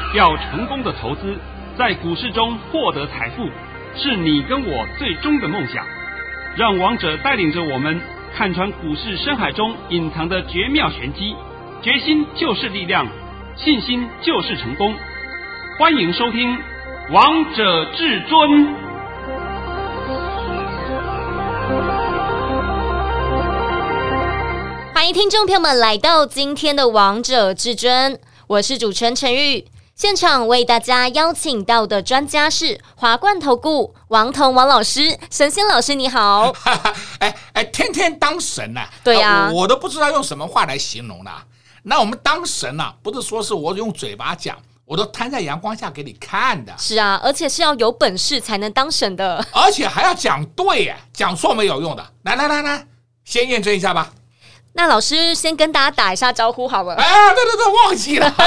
要成功的投资，在股市中获得财富，是你跟我最终的梦想。让王者带领着我们看穿股市深海中隐藏的绝妙玄机，决心就是力量，信心就是成功。欢迎收听《王者至尊》。 欢迎听众朋友们来到今天的《王者至尊》，我是主持人陈玉。现场为大家邀请到的专家是华冠投顾王彤王老师，神仙老师你好。 天天当神啊， 对啊， 我都不知道用什么话来形容了。那我们当神啊，不是说是我用嘴巴讲，我都摊在阳光下给你看的。 是啊，而且是要有本事才能当神的， 而且还要讲对耶，讲错没有用的。来，先验证一下吧。 那老师先跟大家打一下招呼好了。 对，忘记了。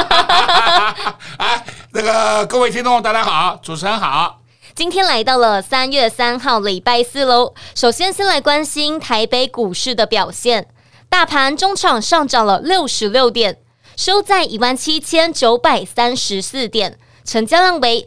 各位听众大家好，主持人好。 今天来到了3月3号礼拜四喽。首先来关心台北股市的表现，大盘中场上涨了66点，收在17934点，成交量为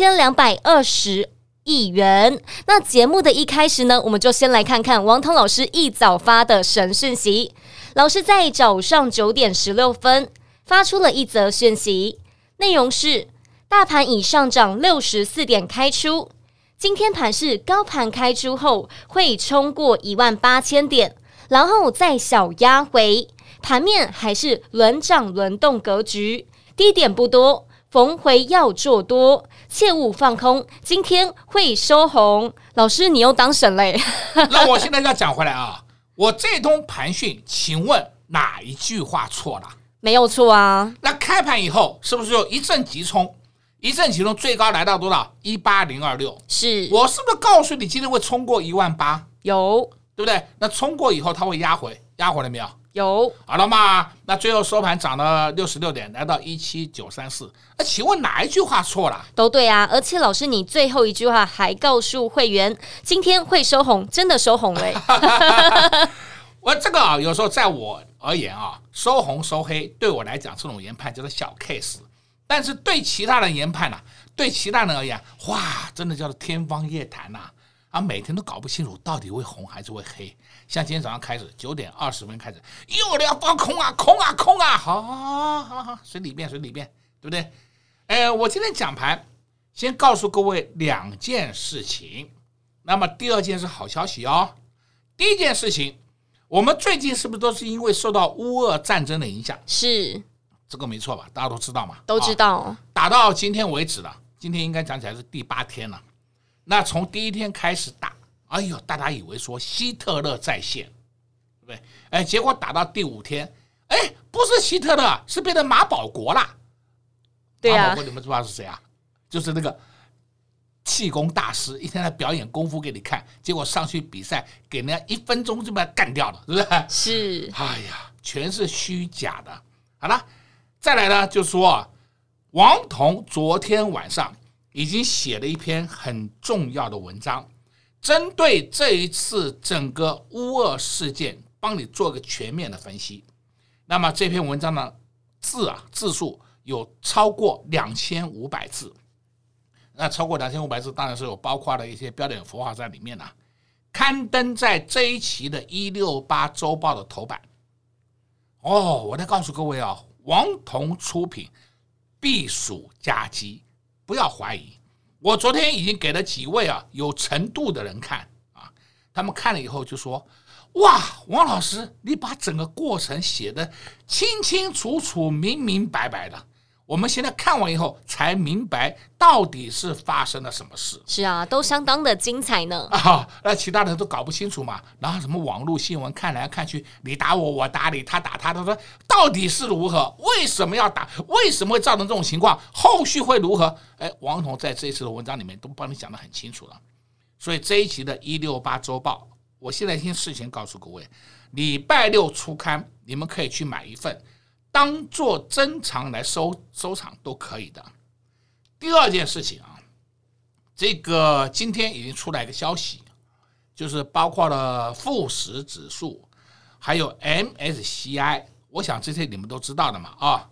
3220亿元。那节目的一开始呢，我们就先来看看王彤老师一早发的神讯息。老师在早上9点16分发出了一则讯息，内容是大盘已上涨64点开出，今天盘是高盘开出后会冲过18000点，然后再小压回，盘面还是轮涨轮动格局，低点不多，逢回要做多，切勿放空，今天会收红。老师你又当神嘞。 那我现在要讲回来啊，我这通盘讯请问哪一句话错了？ 没有错啊。 那开盘以后是不是就一阵急冲，最高来到多少？18026。 是我是不是告诉你今天会冲过18000？ 有， 对不对？那冲过以后它会压回了没有？ 有。 好了嘛，那最后收盘涨了66点，来到17934。那请问哪一句话错了？ 都对啊，而且老师你最后一句话还告诉会员今天会收红，真的收红嘞。 我这个有时候在我而言啊，收红收黑对我来讲这种研判就是小 case， 但是对其他人研判啊，对其他人而言，哇，真的叫做天方夜谭呐！每天都搞不清楚到底会红还是会黑。像今天早上开始9点20分开始，又要放空啊，好，随你便，对不对？我今天讲盘，先告诉各位2件事情。那么第二件是好消息哦。第一件事情，我们最近是不是都是因为受到乌俄战争的影响？是，这个没错吧？大家都知道嘛？ 都知道。 打到今天为止了，今天应该讲起来是第8天了。那从第一天开始打，哎呦，大家以为说希特勒再现，对不对？结果打到第5天，不是希特勒，是变成马保国啦。 对啊， 马保国你们知道是谁啊？就是那个气功大师，一天在表演功夫给你看，结果上去比赛给人家1分钟就把他干掉了，是不是？ 是。 哎呀，全是虚假的。好了，再来呢，就说王彤昨天晚上已经写了一篇很重要的文章，针对这一次整个乌俄事件帮你做个全面的分析。那么这篇文章呢，字数有超过2500字。那超过2500字当然是有包括了一些标点符号在里面啦，刊登在这一期的168周报的头版。我再告诉各位啊，王彤出品必属佳绩，不要怀疑。我昨天已经给了几位有程度的人看啊，他们看了以后就说，哇，王老师你把整个过程写得清清楚楚明白的，我们现在看完以后才明白到底是发生了什么事。 是啊，都相当的精彩呢。 那其他人都搞不清楚嘛，然后什么网络新闻看来看去，你打我我打你，他打他，他说到底是如何，为什么要打，为什么会造成这种情况，后续会如何？王彤在这一次的文章里面都帮你讲得很清楚了。所以这一期的168周报，我现在先事先告诉各位，礼拜6出刊，你们可以去买一份，当做珍藏来收藏都可以的。第二件事情啊，这个今天已经出来一个消息，就是包括了富时指数，还有 MSCI， 我想这些你们都知道的嘛啊。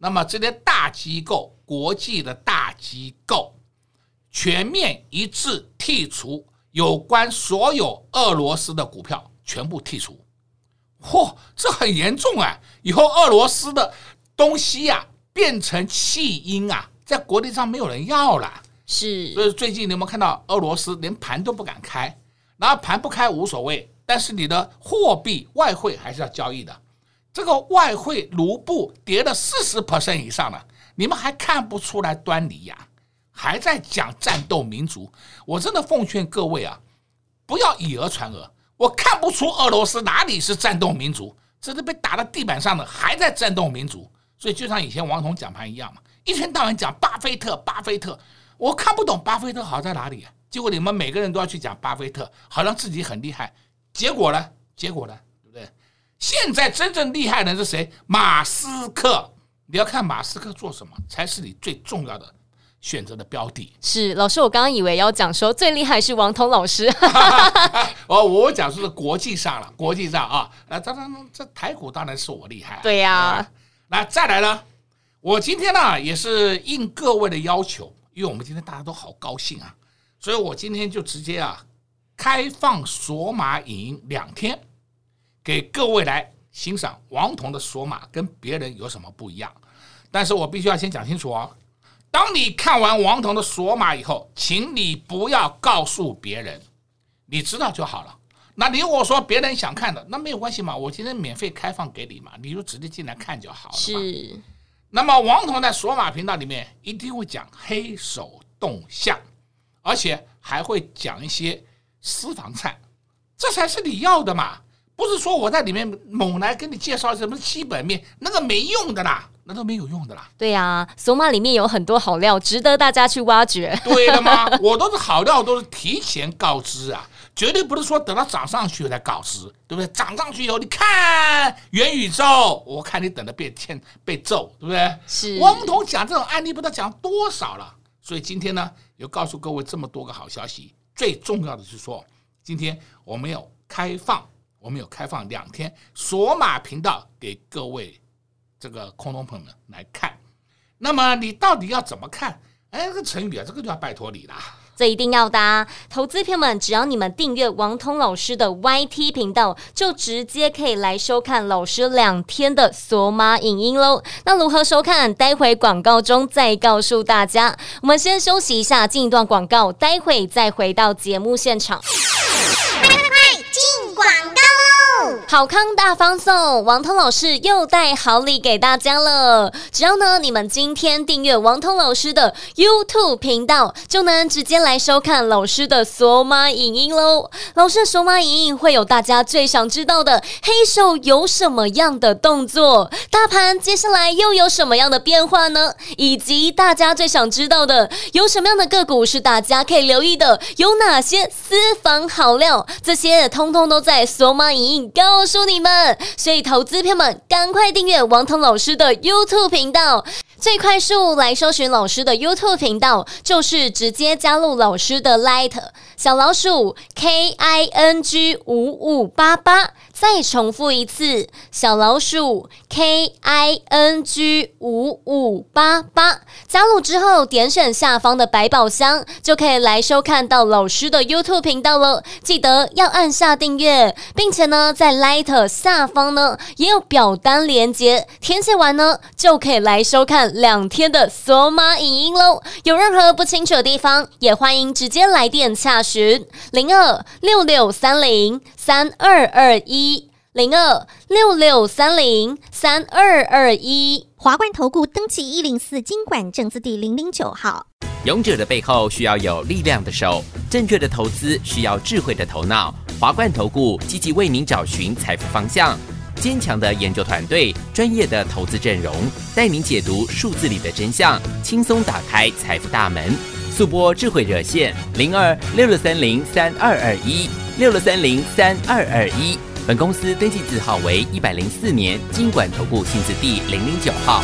那么这些大机构，国际的大机构全面一致剔除有关所有俄罗斯的股票，全部剔除。这很严重啊！以后俄罗斯的东西啊变成弃婴啊，在国际上没有人要了。 是， 所以最近你有没有看到俄罗斯连盘都不敢开？然后盘不开无所谓，但是你的货币外汇还是要交易的。这个外汇卢布跌了40% 以上了，你们还看不出来端倪呀？还在讲战斗民族，我真的奉劝各位啊，不要以讹传讹。我看不出俄罗斯哪里是战斗民族，这是被打到地板上的，还在战斗民族。所以就像以前王彤讲盘一样嘛，一天到晚讲巴菲特，巴菲特，我看不懂巴菲特好在哪里啊？结果你们每个人都要去讲巴菲特，好像自己很厉害，结果呢，对不对？现在真正厉害的人是谁？马斯克。你要看马斯克做什么才是你最重要的选择的标的。 是，老师，我刚刚以为要讲说最厉害是王彤老师。 我讲说是国际上了，国际上啊，这台股当然是我厉害。 对呀， 那再来呢，我今天呢也是应各位的要求，因为我们今天大家都好高兴啊，所以我今天就直接开放索马影音2天，给各位来欣赏王彤的索马跟别人有什么不一样。但是我必须要先讲清楚哦，当你看完王彤的索马以后，请你不要告诉别人，你知道就好了。那你如果说别人想看的，那没有关系嘛，我今天免费开放给你嘛，你就直接进来看就好了嘛。 是。 那么王彤在索马频道里面一定会讲黑手动向，而且还会讲一些私房菜，这才是你要的嘛。不是说我在里面猛来跟你介绍什么基本面，那个没用的啦，那都没有用的啦。 对呀，索马里面有很多好料，值得大家去挖掘。 对了吗？我都是好料，都是提前告知啊，绝对不是说等到涨上去才告知，对不对？涨上去以后，你看元宇宙，我看你等着被揍，对不对？ 是。 王彤讲这种案例不知道讲多少了，所以今天呢，有告诉各位这么多个好消息。最重要的是说，今天我们有开放2天索马频道给各位这个空中朋友们来看。那么你到底要怎么看？这个成语啊，这个就要拜托你啦。 这一定要的啊！投资朋友们，只要你们订阅王彤老师的 YT 频道，就直接可以来收看老师2天的索马影音喽。那如何收看？待会广告中再告诉大家。我们先休息一下，进一段广告，待会再回到节目现场。 广告喽！ 好康大放送，王彤老师又带好礼给大家了。只要呢你们今天订阅王彤老师的 YouTube 频道，就能直接来收看老师的索马影音喽。老师的索马影音会有大家最想知道的黑手有什么样的动作，大盘接下来又有什么样的变化呢？以及大家最想知道的有什么样的个股是大家可以留意的，有哪些私房好料，这些通通都在索马影音告诉你们。所以投资朋友们赶快订阅王彤老师的 YouTube 频道，最快速来搜寻老师的 YouTube 频道，就是直接加入老师的 Light 小老鼠 KING5588， 再重复一次，小老鼠 KING5588， 加入之后点选下方的百宝箱，就可以来收看到老师的 YouTube 频道了。记得要按下订阅，并且呢在 Light 下方呢也有表单连结，填写完呢就可以来收看2天的索马影音喽。有任何不清楚的地方，也欢迎直接来电洽询02-6630-3221 02-6630-3221。 华冠投顾登记104金管证字第009号。 勇者的背后需要有力量的手，正确的投资需要智慧的头脑。华冠投顾积极为您找寻财富方向，坚强的研究团队，专业的投资阵容，带您解读数字里的真相，轻松打开财富大门。速播智慧热线02-6630-3221 6630-3221。本公司登记字号为104年金管投顾新字第009号。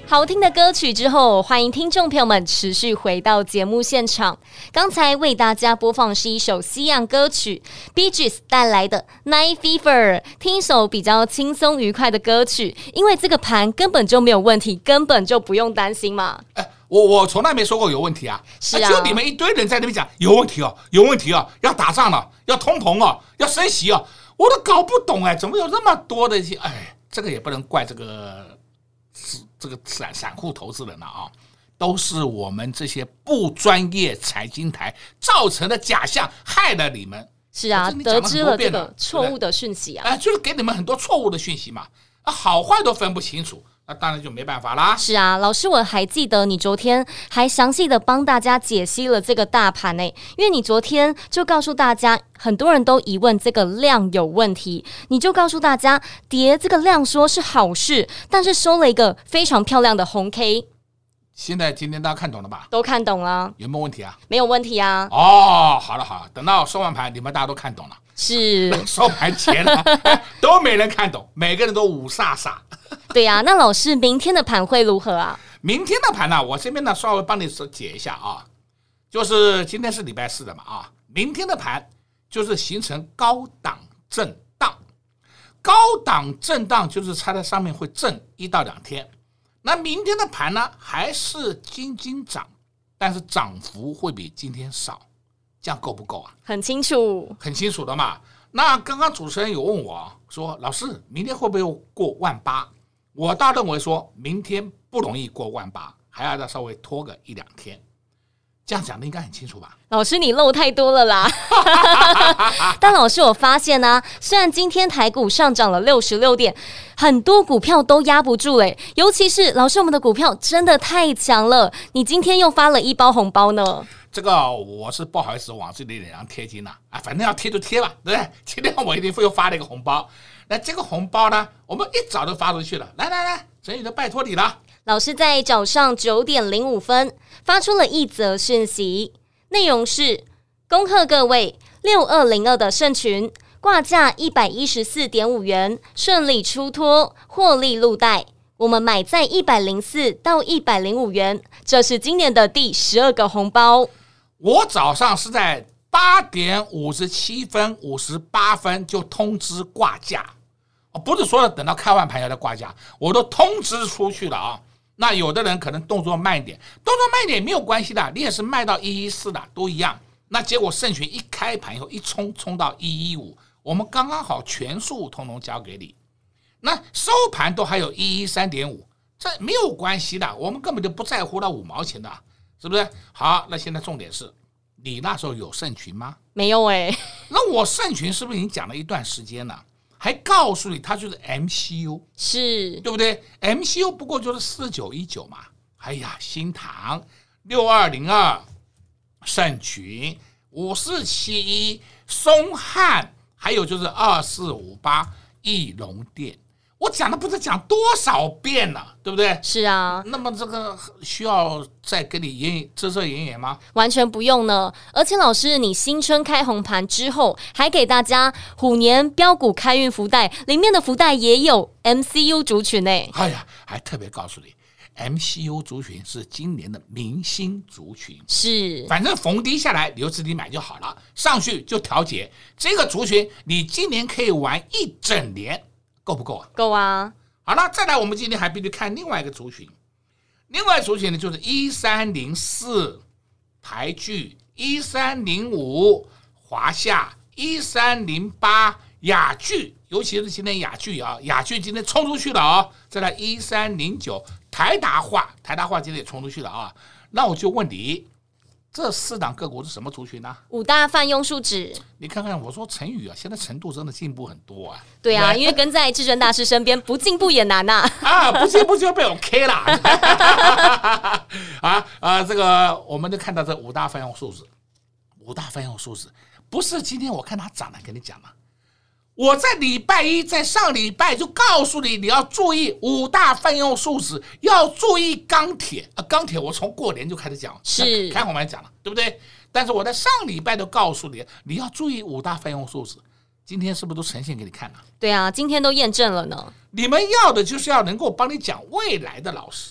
好听的歌曲之后，欢迎听众朋友们持续回到节目现场。刚才为大家播放是一首西洋歌曲 Bee Gees 带来的 Night Fever， 听一首比较轻松愉快的歌曲，因为这个盘根本就没有问题，根本就不用担心嘛。 我从来没说过有问题啊， 是啊， 就你们一堆人在那边讲有问题哦，有问题哦，要打仗了，要通膨哦，要升息哦，我都搞不懂哎，怎么有那么多的一些这个也不能怪这个散户投资人了啊，都是我们这些不专业财经台造成的假象，害了你们。 是啊，得知了这个错误的讯息啊， 就是给你们很多错误的讯息嘛，好坏都分不清楚，那当然就没办法啦。 是啊，老师，我还记得你昨天还详细的帮大家解析了这个大盘因为你昨天就告诉大家，很多人都疑问这个量有问题，你就告诉大家跌这个量说是好事，但是收了一个非常漂亮的红 K。 今天大家看懂了吧？ 都看懂了。 有没有问题啊？ 没有问题啊。 好了，等到收完盘，你们大家都看懂了。 是收盘前都没人看懂，每个人都五煞煞。 对啊，那老师明天的盘会如何啊？ 明天的盘呢，我这边呢稍微帮你解一下啊，就是今天是礼拜四的嘛啊，明天的盘就是形成高档震荡，高档震荡就是它在上面会震1到2天。那明天的盘呢，还是金涨，但是涨幅会比今天少，这样够不够啊？ 很清楚， 很清楚的嘛。那刚刚主持人有问我说，老师明天会不会过18000？我倒认为说明天不容易过18000，还要再稍微拖个1-2天。这样讲的应该很清楚吧？ 老师你漏太多了啦。但老师我发现啊，虽然今天台股上涨了66点，很多股票都压不住尤其是老师我们的股票真的太强了，你今天又发了1包红包呢。 这个我是不好意思往自己脸上贴金反正要贴就贴吧，对不对？今天我一定又发了一个红包，那这个红包呢，我们一早就发出去了。来，陈宇就拜托你了。 老师在早上9点05分发出了一则讯息，内容是：恭贺各位6202的盛群挂价114.5元顺利出脱，获利入袋。我们买在104到105元，这是今年的第12个红包。 我早上是在8点57分、58分就通知挂价，不是说等到开完盘要再挂价，我都通知出去了啊。那有的人可能动作慢一点，没有关系的，你也是卖到114的，都一样。那结果盛群一开盘以后一冲到115，我们刚刚好全数通通交给你。那收盘都还有113.5，这没有关系的，我们根本就不在乎那5毛钱的，是不是？好，那现在重点是，你那时候有盛群吗？ 没有那我盛群是不是已经讲了一段时间了？还告诉你它就是 MCU， 是对不对？ MCU 不过就是4919嘛。哎呀，新唐6202，盛群5471，松汉，还有就是2458义隆店。我讲的不知讲多少遍了，对不对？ 是啊。 那么这个需要再跟你遮掩掩吗？ 完全不用呢。而且老师，你新春开红盘之后，还给大家虎年标股开运福袋，里面的福袋也有 MCU 族群哎呀，还特别告诉你 MCU 族群是今年的明星族群， 是， 反正逢低下来你就自己买就好了，上去就调节。这个族群你今年可以玩1整年，够不够啊？ 够啊。 好了，再来我们今天还必须看另外一个族群，另外族群呢就是1304台剧，1305华夏，1308雅剧，尤其是今天雅剧雅剧今天冲出去了再来1309台达化今天也冲出去了那我就问你，这4档个股是什么族群呢 ？5大泛用数指。 你看看，我说陈宇现在程度真的进步很多对啊，因为跟在至尊大师身边，不进步也难不进步就被我 K 了这个我们就看到这5大泛用数指，5大泛用数指不是今天我看它涨了跟你讲了。我在礼拜一，在上礼拜就告诉你，你要注意5大泛用数指，要注意钢铁。钢铁我从过年就开始讲， 是开红盘讲了，对不对？但是我在上礼拜都告诉你，你要注意5大泛用数指。今天是不是都呈现给你看了？ 对啊，今天都验证了呢。 你们要的就是要能够帮你讲未来的老师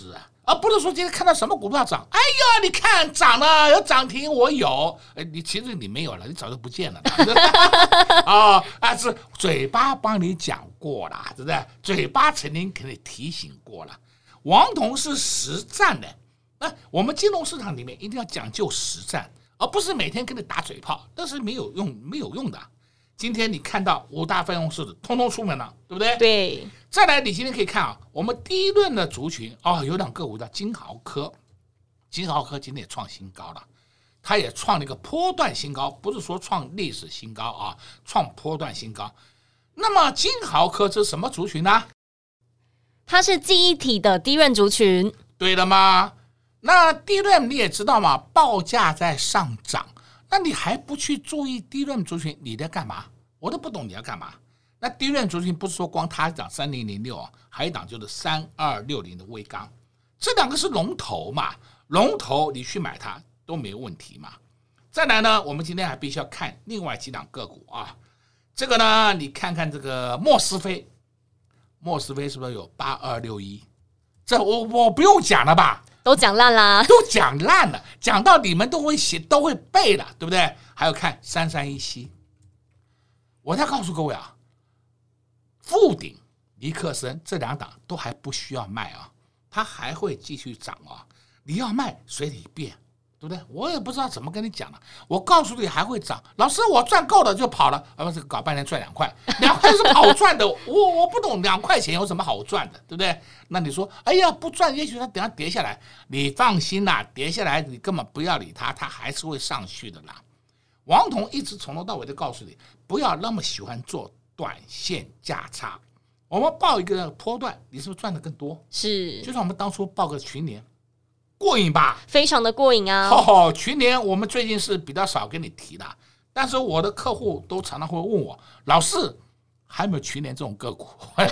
而不是说今天看到什么股票涨，哎呀，你看涨了，有涨停，我有，你其实你没有了，你早就不见了是嘴巴帮你讲过了，对不对？嘴巴曾经给你提醒过了。王彤是实战的，那我们金融市场里面一定要讲究实战，而不是每天跟你打嘴炮，那是没有用的。今天你看到5大分红师的通通出门了，对不对？ 对。 再来，你今天可以看啊，我们第一轮的族群有2个股叫金豪科，金豪科今天也创新高了，它也创了一个波段新高，不是说创历史新高啊，创波段新高。那么金豪科这是什么族群呢？ 它是记忆体的低润族群。 对了吗？那低润你也知道嘛，报价在上涨，那你还不去注意低润族群，你在干嘛？我都不懂你要干嘛。那低润族群不是说光它涨3006，还有一档就是3260的威刚，这2个是龙头嘛，龙头你去买它都没问题嘛。再来呢，我们今天还必须要看另外几档个股啊。这个呢，你看看这个莫斯菲是不是有8261？这我不用讲了吧？ 都讲烂啦， 都讲烂了，讲到你们都会写都会背了，对不对？还有看3317，我再告诉各位啊，富鼎、尼克森这2档都还不需要卖啊，它还会继续涨啊。你要卖随你便，对不对？我也不知道怎么跟你讲了。我告诉你还会涨，老师我赚够了就跑了，不是搞半天赚2块，2块是好赚的。我不懂2块钱有什么好赚的，对不对？那你说，哎呀不赚，也许它等下跌下来，你放心啦，跌下来你根本不要理它，它还是会上去的啦。王彤一直从头到尾都告诉你，不要那么喜欢做短线价差。我们报一个波段，你是不是赚的更多？ 是， 就像我们当初报个群联，过瘾吧？ 非常的过瘾啊！ 群联我们最近是比较少跟你提的，但是我的客户都常常会问我，老师还有没有群联这种个股？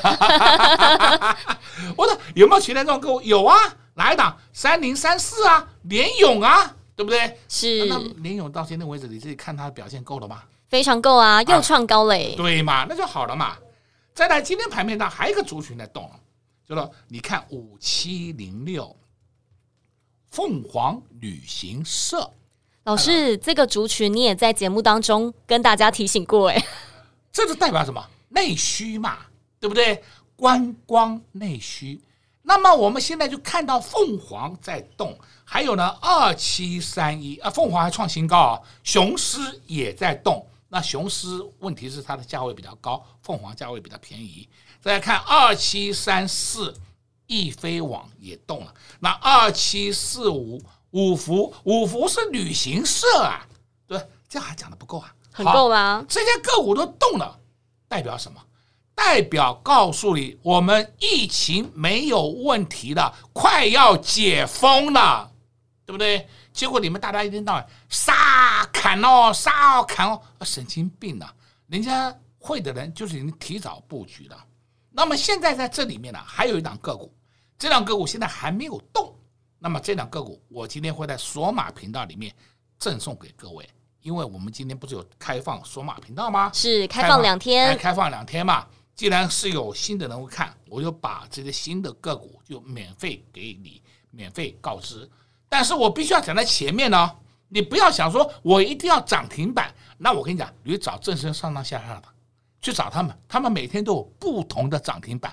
我说有没有群联这种个股？有啊，哪一档？3034啊，联咏啊，对不对？ 是。 那联咏到现在为止，你自己看它的表现够了吗？ 非常够啊，又创高嘞。 对嘛，那就好了嘛。再来，今天盘面上还有一个族群在动了，就是你看5706凤凰旅行社。 老师，这个族群你也在节目当中跟大家提醒过哎， 这是代表什么？内需嘛，对不对？观光内需。那么我们现在就看到凤凰在动，还有呢2731凤凰还创新高啊，雄狮也在动。那雄狮问题是它的价位比较高，凤凰价位比较便宜。再来看2734易飞网也动了，那2745五福是旅行社啊，对，这样还讲的不够啊， 很够啦。 这些个股都动了，代表什么？代表告诉你，我们疫情没有问题了，快要解封了，对不对？结果你们大家一天到晚杀砍哦，神经病啊！人家会的人就是已经提早布局了。那么现在在这里面呢，还有一档个股，这档个股现在还没有动。那么这档个股，我今天会在索马频道里面赠送给各位，因为我们今天不是有开放索马频道吗？ 是开放2天， 开放2天嘛。既然是有新的人会看，我就把这些新的个股就免费给你，免费告知。但是我必须要讲在前面呢，你不要想说我一定要涨停板。那我跟你讲，你去找正身上下的，去找他们每天都有不同的涨停板，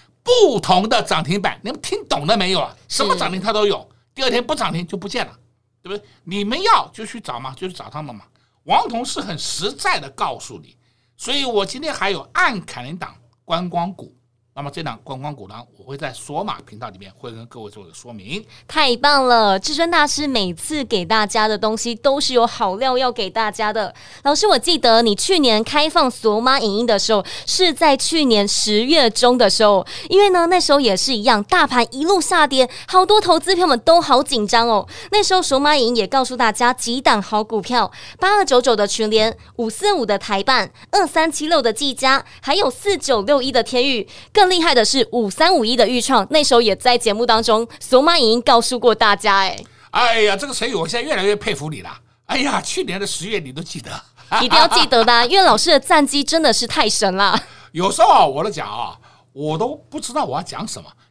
你们听懂了没有啊？什么涨停它都有，第二天不涨停就不见了，对不对？你们要就去找嘛，就去找他们嘛。王彤是很实在的告诉你，所以我今天还有暗砍一档观光股。那么这档观光股呢，我会在索马频道里面会跟各位做个说明。 太棒了，至尊大师每次给大家的东西都是有好料要给大家的。老师，我记得你去年开放索马影音的时候是在去年10月中的时候，因为呢那时候也是一样，大盘一路下跌，好多投资朋友们都好紧张哦。那时候索马影音也告诉大家几档好股票，8299的群联，545的台办，2376的技嘉，还有4961的天钰。更厉害的是5351的钰创，那时候也在节目当中索马影音告诉过大家。 哎呀，这个成语我现在越来越佩服你了。哎呀，去年的10月你都记得， 一定要记得的啊，因为老师的战绩真的是太神了。 有时候我都讲啊，我都不知道我要讲什么，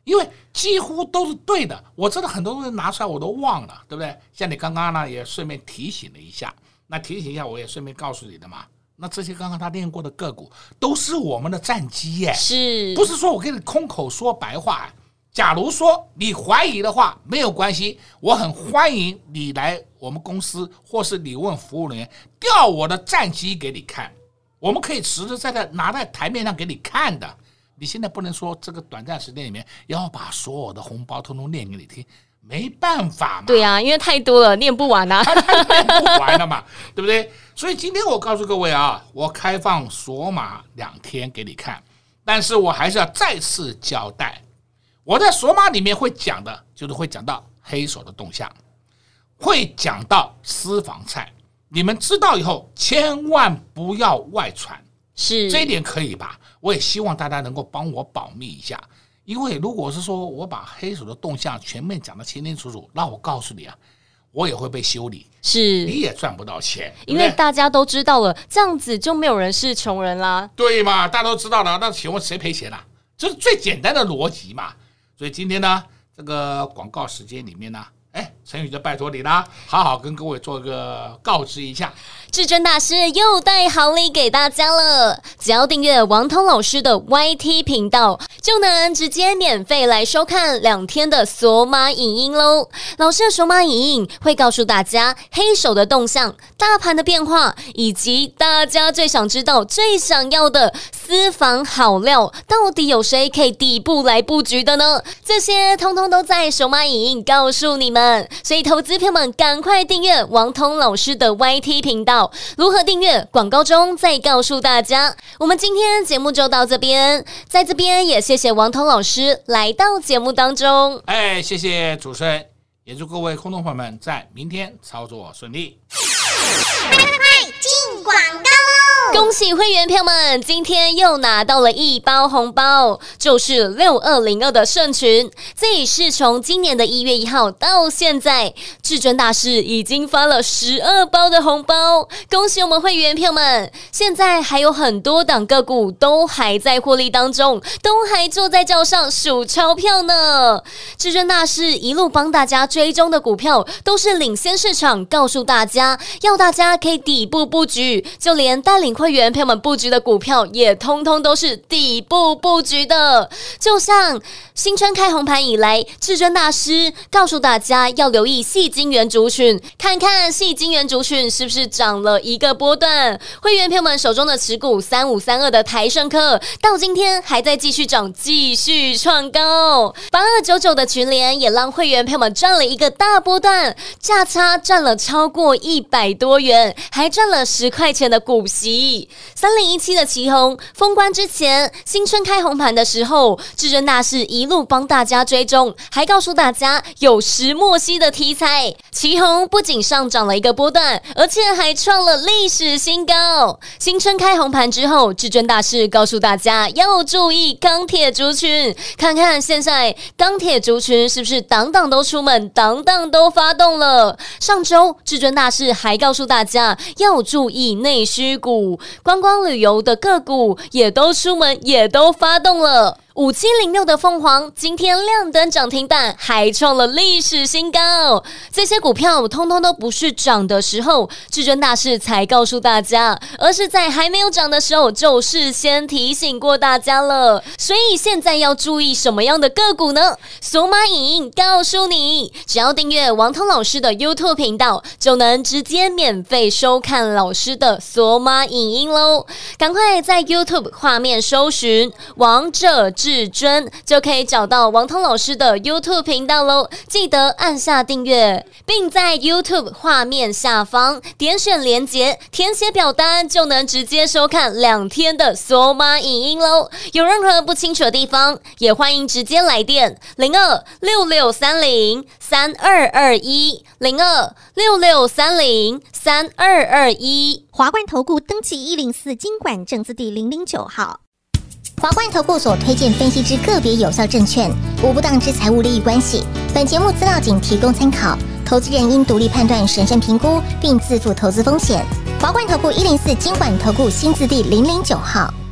因为几乎都是对的。我真的很多东西拿出来我都忘了，对不对？像你刚刚呢也顺便提醒了一下，那提醒一下我也顺便告诉你的嘛。那这些刚刚他练过的个股都是我们的战机耶， 是不是说我给你空口说白话？假如说你怀疑的话，没有关系，我很欢迎你来我们公司，或是你问服务人员调我的战机给你看，我们可以实实在在拿在台面上给你看的。你现在不能说这个短暂时间里面要把所有的红包通通念给你听，没办法嘛。 对啊，因为太多了，念不完啊， 念不完了嘛，对不对？所以今天我告诉各位啊，我开放索马2天给你看，但是我还是要再次交代，我在索马里面会讲的，就是会讲到黑手的动向，会讲到私房菜，你们知道以后千万不要外传， 是这一点可以吧？我也希望大家能够帮我保密一下，因为如果是说我把黑手的动向全面讲得清清楚楚，那我告诉你啊，我也会被修理， 是， 你也赚不到钱， 因为大家都知道了，这样子就没有人是穷人啦。 对嘛？大家都知道了，那请问谁赔钱啊？这是最简单的逻辑嘛。所以今天呢，这个广告时间里面呢，陈宇就拜托你啦，好好跟各位做个告知一下。 至尊大师又带好礼给大家了，只要订阅王通老师的 YT 频道，就能直接免费来收看2天的索马影音喽。老师的索马影音会告诉大家黑手的动向、大盘的变化，以及大家最想知道、最想要的私房好料，到底有谁可以底部来布局的呢？这些通通都在索马影音告诉你们。所以投资朋友们赶快订阅王通老师的 YT 频道，如何订阅？广告中再告诉大家。我们今天节目就到这边，在这边也谢谢王通老师来到节目当中。 谢谢主持人，也祝各位空中朋友们在明天操作顺利。 快进广告喽！ 恭喜会员朋友们，今天又拿到了1包红包，就是6202的盛群。这也是从今年的1月1号到现在，至尊大师已经发了12包的红包。恭喜我们会员朋友们，现在还有很多档个股都还在获利当中，都还坐在轿上数钞票呢。至尊大师一路帮大家追踪的股票，都是领先市场，告诉大家要大家可以底部布局，就连带领会员朋友们布局的股票也通通都是底部布局的。就像新春开红盘以来，至尊大师告诉大家要留意矽晶圆族群，看看矽晶圆族群是不是涨了一个波段。会员朋友们手中的持股3532的台胜科到今天还在继续涨，继续创高。8299的群联也让会员朋友们赚了一个大波段，价差赚了超过100多元，还赚了10块钱的股息。3017的奇鋐封关之前，新春开红盘的时候，至尊大师一路帮大家追踪，还告诉大家有石墨烯的题材。奇鋐不仅上涨了一个波段，而且还创了历史新高。新春开红盘之后，至尊大师告诉大家要注意钢铁族群，看看现在钢铁族群是不是档档都出门，档档都发动了。上周至尊大师还告诉大家要注意内需股，观光旅游的个股也都出门，也都发动了。5706的凤凰今天亮灯涨停板，还创了历史新高。这些股票通通都不是涨的时候，至尊大师才告诉大家，而是在还没有涨的时候就事先提醒过大家了。所以现在要注意什么样的个股呢？索马影音告诉你，只要订阅王通老师的 YouTube 频道，就能直接免费收看老师的索马影音咯。赶快在 YouTube 画面搜寻王者至尊，就可以找到王通老师的 YouTube 频道咯。记得按下订阅，并在 YouTube 画面下方点选连结，填写表单，就能直接收看2天的索马影音咯。有任何不清楚的地方，也欢迎直接来电02-6630-3221 02-6630-3221。 华冠投顾登记104金管证字第009号。华冠投顾所推荐分析之个别有效证券，无不当之财务利益关系。本节目资料仅提供参考，投资人应独立判断、审慎评估，并自负投资风险。华冠投顾104金管投顾新字第009号。